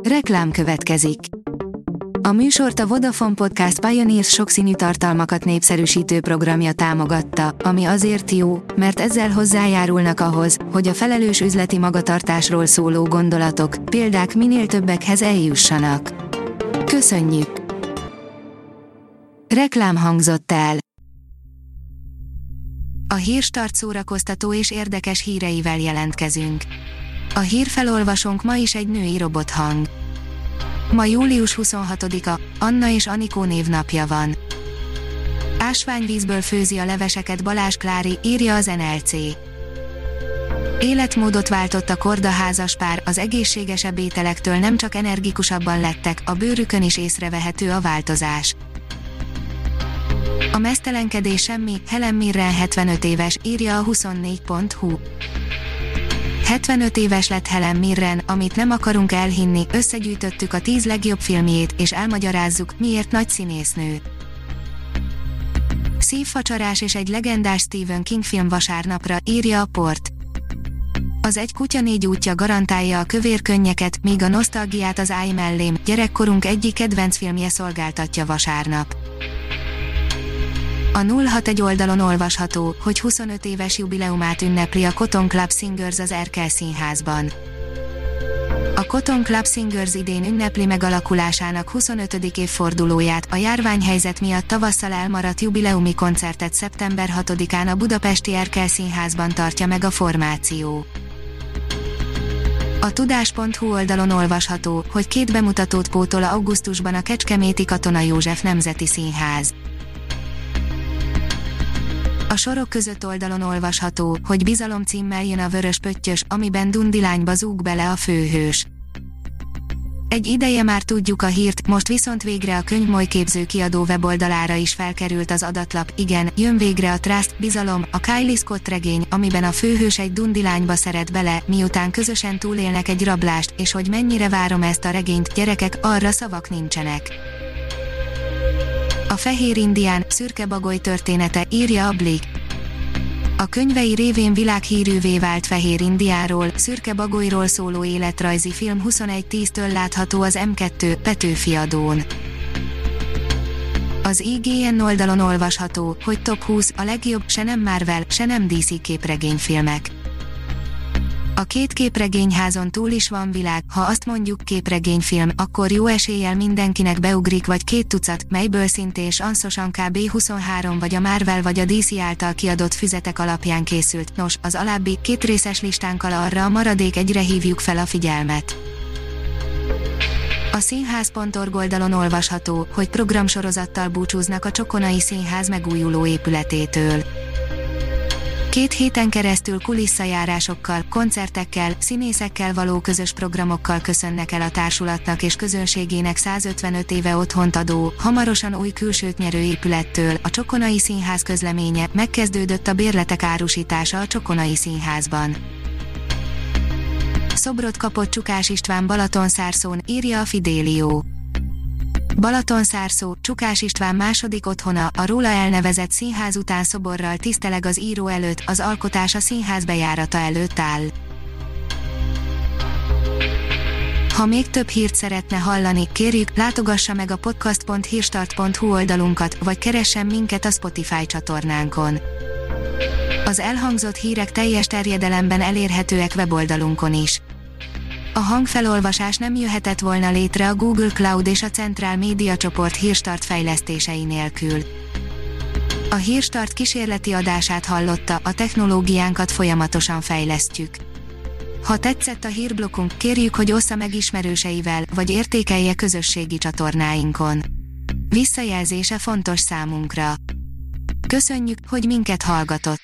Reklám következik. A műsort a Vodafone Podcast Pioneers sokszínű tartalmakat népszerűsítő programja támogatta, ami azért jó, mert ezzel hozzájárulnak ahhoz, hogy a felelős üzleti magatartásról szóló gondolatok, példák minél többekhez eljussanak. Köszönjük! Reklám hangzott el. A Hírstart szórakoztató és érdekes híreivel jelentkezünk. A hírfelolvasónk ma is egy női robothang. Ma július 26-a, Anna és Anikó névnapja van. Ásványvízből főzi a leveseket Balázs Klári, írja az NLC. Életmódot váltott a Korda házaspár, az egészségesebb ételektől nem csak energikusabban lettek, a bőrükön is észrevehető a változás. A meztelenkedés semmi, Helen Mirren 75 éves, írja a 24.hu. 75 éves lett Helen Mirren, amit nem akarunk elhinni, összegyűjtöttük a 10 legjobb filmjét, és elmagyarázzuk, miért nagy színésznő. Szívfacsarás és egy legendás Stephen King film vasárnapra, írja a Port. Az Egy kutya 4 útja garantálja a kövér könnyeket, míg a nosztalgiát az Állj mellém, gyerekkorunk egyik kedvenc filmje szolgáltatja vasárnap. A 061 oldalon olvasható, hogy 25 éves jubileumát ünnepli a Cotton Club Singers az Erkel Színházban. A Cotton Club Singers idén ünnepli megalakulásának 25. évfordulóját, a járványhelyzet miatt tavasszal elmaradt jubileumi koncertet szeptember 6-án a budapesti Erkel Színházban tartja meg a formáció. A tudás.hu oldalon olvasható, hogy 2 bemutatót pótol augusztusban a kecskeméti Katona József Nemzeti Színház. A sorok között oldalon olvasható, hogy bizalom címmel jön a Vörös Pöttyös, amiben Dundilányba zúg bele a főhős. Egy ideje már tudjuk a hírt, most viszont végre a Könyvmoly képző kiadó weboldalára is felkerült az adatlap, igen, jön végre a Trust, bizalom, a Kylie Scott regény, amiben a főhős egy Dundilányba szeret bele, miután közösen túlélnek egy rablást, és hogy mennyire várom ezt a regényt, gyerekek, arra szavak nincsenek. A Fehér Indián, Szürke Bagoly története, írja a Blik. A könyvei révén világhírűvé vált Fehér Indiáról, Szürke Bagolyról szóló életrajzi film 21:10-től látható az M2 Petőfi adón. Az IGN oldalon olvasható, hogy Top 20 a legjobb, se nem Marvel, se nem DC képregényfilmek. A 2 képregényházon túl is van világ, ha azt mondjuk képregényfilm, akkor jó eséllyel mindenkinek beugrik vagy 2 tucat, melyből szintén anszosan kb. 23 vagy a Marvel vagy a DC által kiadott füzetek alapján készült, nos, az alábbi 2 részes listánkkal arra a maradék egyre hívjuk fel a figyelmet. A színház.org oldalon olvasható, hogy programsorozattal búcsúznak a Csokonai Színház megújuló épületétől. 2 héten keresztül kulisszajárásokkal, koncertekkel, színészekkel való közös programokkal köszönnek el a társulatnak és közönségének 155 éve otthont adó, hamarosan új külsőt nyerő épülettől. A Csokonai Színház közleménye, megkezdődött a bérletek árusítása a Csokonai Színházban. Szobrot kapott Csukás István Balatonszárszón, írja a Fidelio. Balatonszárszó, Csukás István második otthona, a róla elnevezett színház után szoborral tiszteleg az író előtt, az alkotás a színház bejárata előtt áll. Ha még több hírt szeretne hallani, kérjük, látogassa meg a podcast.hírstart.hu oldalunkat, vagy keressen minket a Spotify csatornánkon. Az elhangzott hírek teljes terjedelemben elérhetőek weboldalunkon is. A hangfelolvasás nem jöhetett volna létre a Google Cloud és a Centrál Média csoport Hírstart fejlesztései nélkül. A Hírstart kísérleti adását hallotta, a technológiánkat folyamatosan fejlesztjük. Ha tetszett a hírblokkunk, kérjük, hogy ossza meg ismerőseivel, vagy értékelje közösségi csatornáinkon. Visszajelzése fontos számunkra. Köszönjük, hogy minket hallgatott!